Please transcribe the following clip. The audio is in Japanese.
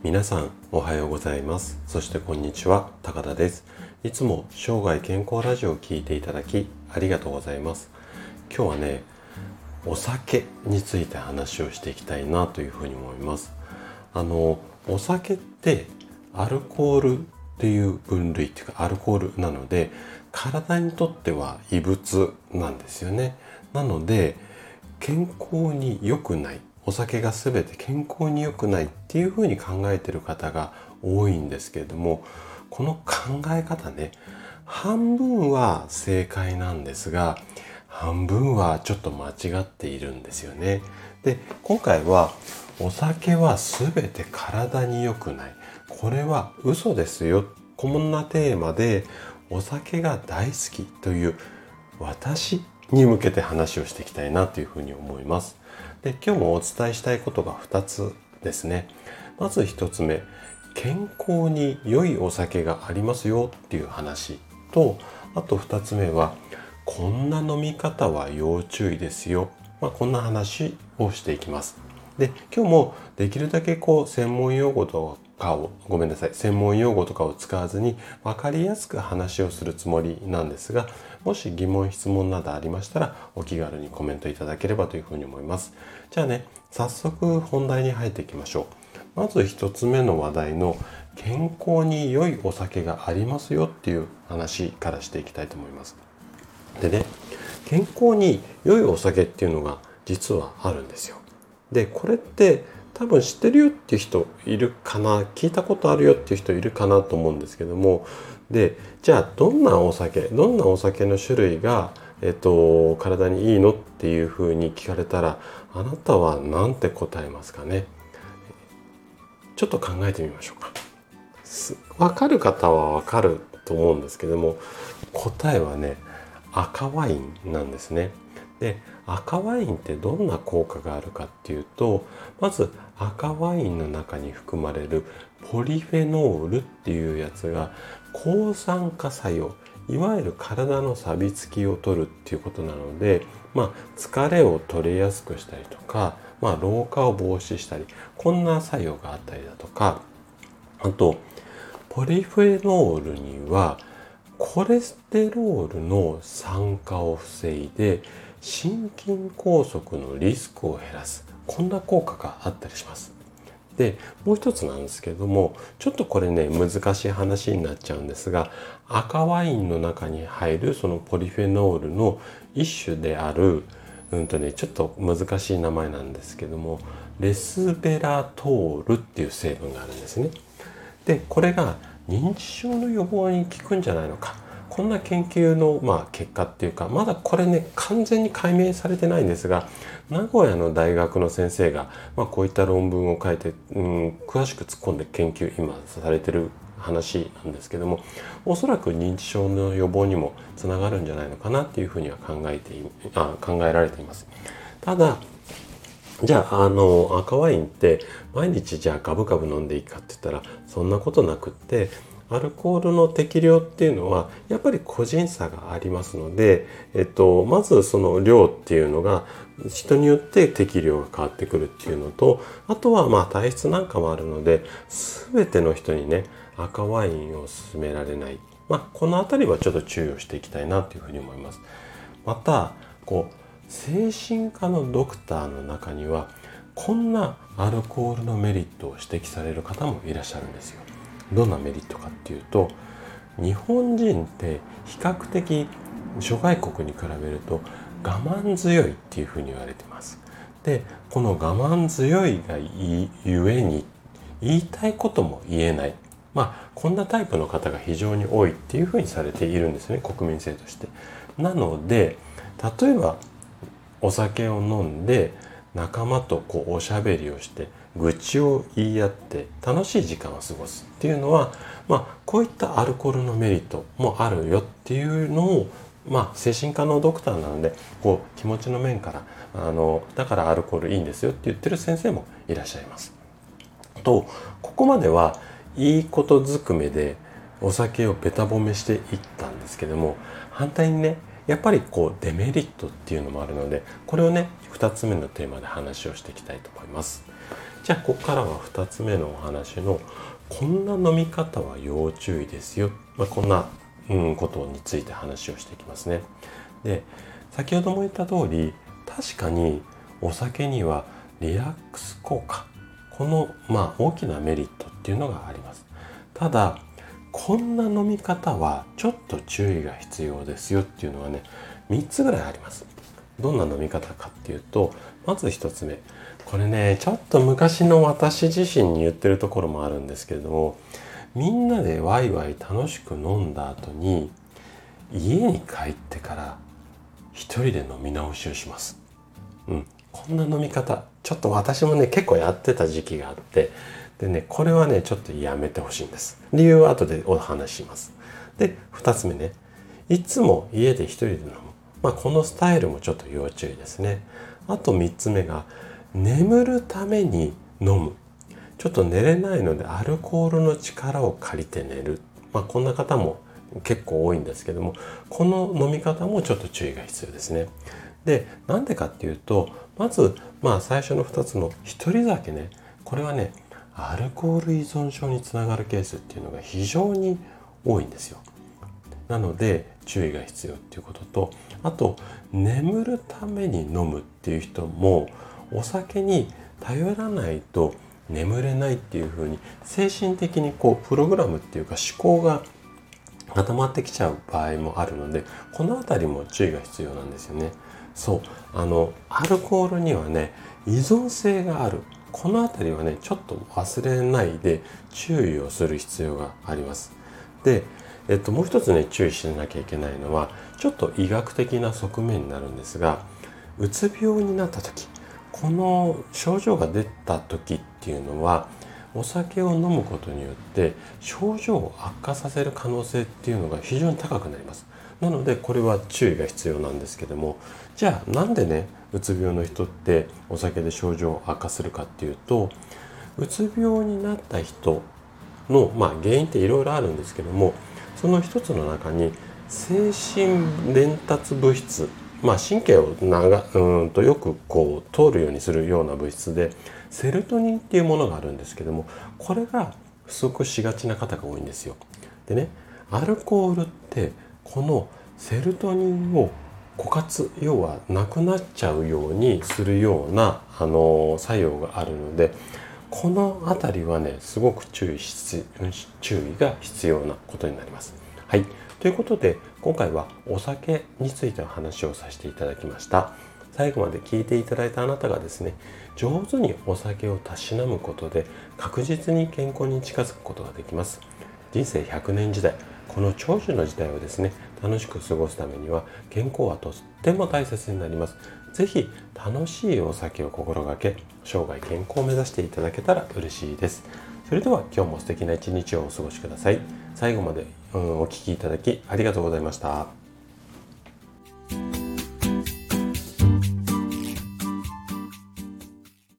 皆さんおはようございます。そしてこんにちは、高田です。いつも生涯健康ラジオを聞いていただきありがとうございます。今日はね、お酒について話をしていきたいなというふうに思います。お酒ってアルコールっていう分類っていうかアルコールなので、体にとっては異物なんですよね。なので健康に良くない、お酒が全て健康に良くないっていうふうに考えている方が多いんですけれども、この考え方ね、半分は正解なんですが、半分はちょっと間違っているんですよね。で、今回はお酒は全て体に良くない、これは嘘ですよ、こんなテーマでお酒が大好きという私に向けて話をしていきたいなというふうに思います。で、今日もお伝えしたいことが2つですね。まず1つ目、健康に良いお酒がありますよっていう話と、あと2つ目はこんな飲み方は要注意ですよ、こんな話をしていきます。で、今日もできるだけ専門用語とかを使わずに分かりやすく話をするつもりなんですが、もし疑問質問などありましたらお気軽にコメントいただければというふうに思います。じゃあね、早速本題に入っていきましょう。まず一つ目の話題の健康に良いお酒がありますよっていう話からしていきたいと思います。でね、健康に良いお酒っていうのが実はあるんですよ。で、これって多分知ってるよっていう人いるかな、聞いたことあるよっていう人いるかなと思うんですけども、で、じゃあどんなお酒の種類が、体にいいのっていうふうに聞かれたら、あなたは何て答えますかね。ちょっと考えてみましょうか。わかる方はわかると思うんですけども、答えはね、赤ワインなんですね。で、赤ワインってどんな効果があるかっていうと、まず赤ワインの中に含まれるポリフェノールっていうやつが抗酸化作用、いわゆる体の錆びつきを取るっていうことなので、疲れを取れやすくしたりとか、老化を防止したり、こんな作用があったりだとか、あとポリフェノールにはコレステロールの酸化を防いで心筋梗塞のリスクを減らす、こんな効果があったりします。で、もう一つなんですけども、ちょっとこれね難しい話になっちゃうんですが、赤ワインの中に入るそのポリフェノールの一種であるちょっと難しい名前なんですけども、レスベラトールっていう成分があるんですね。で、これが認知症の予防に効くんじゃないのか、こんな研究の結果っていうか、まだこれね完全に解明されてないんですが、名古屋の大学の先生が、こういった論文を書いて、詳しく突っ込んで研究今されてる話なんですけども、おそらく認知症の予防にもつながるんじゃないのかなっていうふうには考えられています。ただ、じゃあ、赤ワインって毎日じゃあガブガブ飲んでいいかって言ったらそんなことなくって、アルコールの適量っていうのはやっぱり個人差がありますので、まずその量っていうのが人によって適量が変わってくるっていうのと、あとは体質なんかもあるので、全ての人にね赤ワインを勧められない、このあたりはちょっと注意をしていきたいなというふうに思います。また精神科のドクターの中にはこんなアルコールのメリットを指摘される方もいらっしゃるんですよ。どんなメリットかっていうと、日本人って比較的諸外国に比べると我慢強いっていうふうに言われています。で、この我慢強いがゆえに言いたいことも言えない、こんなタイプの方が非常に多いっていうふうにされているんですね、国民性として。なので、例えばお酒を飲んで仲間とおしゃべりをして愚痴を言い合って楽しい時間を過ごすっていうのは、こういったアルコールのメリットもあるよっていうのを、精神科のドクターなので気持ちの面からだからアルコールいいんですよって言ってる先生もいらっしゃいます。と、ここまではいいことずくめでお酒をべた褒めしていったんですけども、反対にね、 やっぱりこうデメリットっていうのもあるので、これをね2つ目のテーマで話をしていきたいと思います。じゃあここからは2つ目のお話のこんな飲み方は要注意ですよ、こんな、ことについて話をしていきますね。で、先ほども言った通り、確かにお酒にはリラックス効果、この大きなメリットっていうのがあります。ただこんな飲み方はちょっと注意が必要ですよっていうのはね、3つぐらいあります。どんな飲み方かっていうと、まず1つ目、これねちょっと昔の私自身に言ってるところもあるんですけれども、みんなでワイワイ楽しく飲んだ後に家に帰ってから一人で飲み直しをします。こんな飲み方ちょっと私もね結構やってた時期があって、でねこれはねちょっとやめてほしいんです。理由は後でお話しします。で2つ目ね、いつも家で一人で飲む、このスタイルもちょっと要注意ですね。あと3つ目が眠るために飲む、ちょっと寝れないのでアルコールの力を借りて寝る、こんな方も結構多いんですけども、この飲み方もちょっと注意が必要ですね。でなんでかっていうと、まず最初の2つの一人酒ね、これはねアルコール依存症につながるケースっていうのが非常に多いんですよ。なので注意が必要っていうことと、あと眠るために飲むっていう人もお酒に頼らないと眠れないっていう風に精神的にプログラムっていうか思考が固まってきちゃう場合もあるので、このあたりも注意が必要なんですよね。そうアルコールにはね依存性がある、このあたりはねちょっと忘れないで注意をする必要があります。で、もう一つね注意しなきゃいけないのはちょっと医学的な側面になるんですが、うつ病になった時、この症状が出た時っていうのはお酒を飲むことによって症状を悪化させる可能性っていうのが非常に高くなります。なのでこれは注意が必要なんですけども、じゃあなんでねうつ病の人ってお酒で症状を悪化するかっていうと、うつ病になった人の、原因っていろいろあるんですけども、その一つの中に精神伝達物質、神経をよく通るようにするような物質でセロトニンっていうものがあるんですけども、これが不足しがちな方が多いんですよ。でね、アルコールってこのセロトニンを枯渇、要はなくなっちゃうようにするような作用があるので、このあたりはねすごく注意が必要なことになります。はい、ということで今回はお酒についての話をさせていただきました。最後まで聞いていただいたあなたがですね、上手にお酒をたしなむことで確実に健康に近づくことができます。人生100年時代、この長寿の時代をですね楽しく過ごすためには健康はとっても大切になります。ぜひ楽しいお酒を心がけ、生涯健康を目指していただけたら嬉しいです。それでは今日も素敵な一日をお過ごしください。最後までお聞きいただきありがとうございました。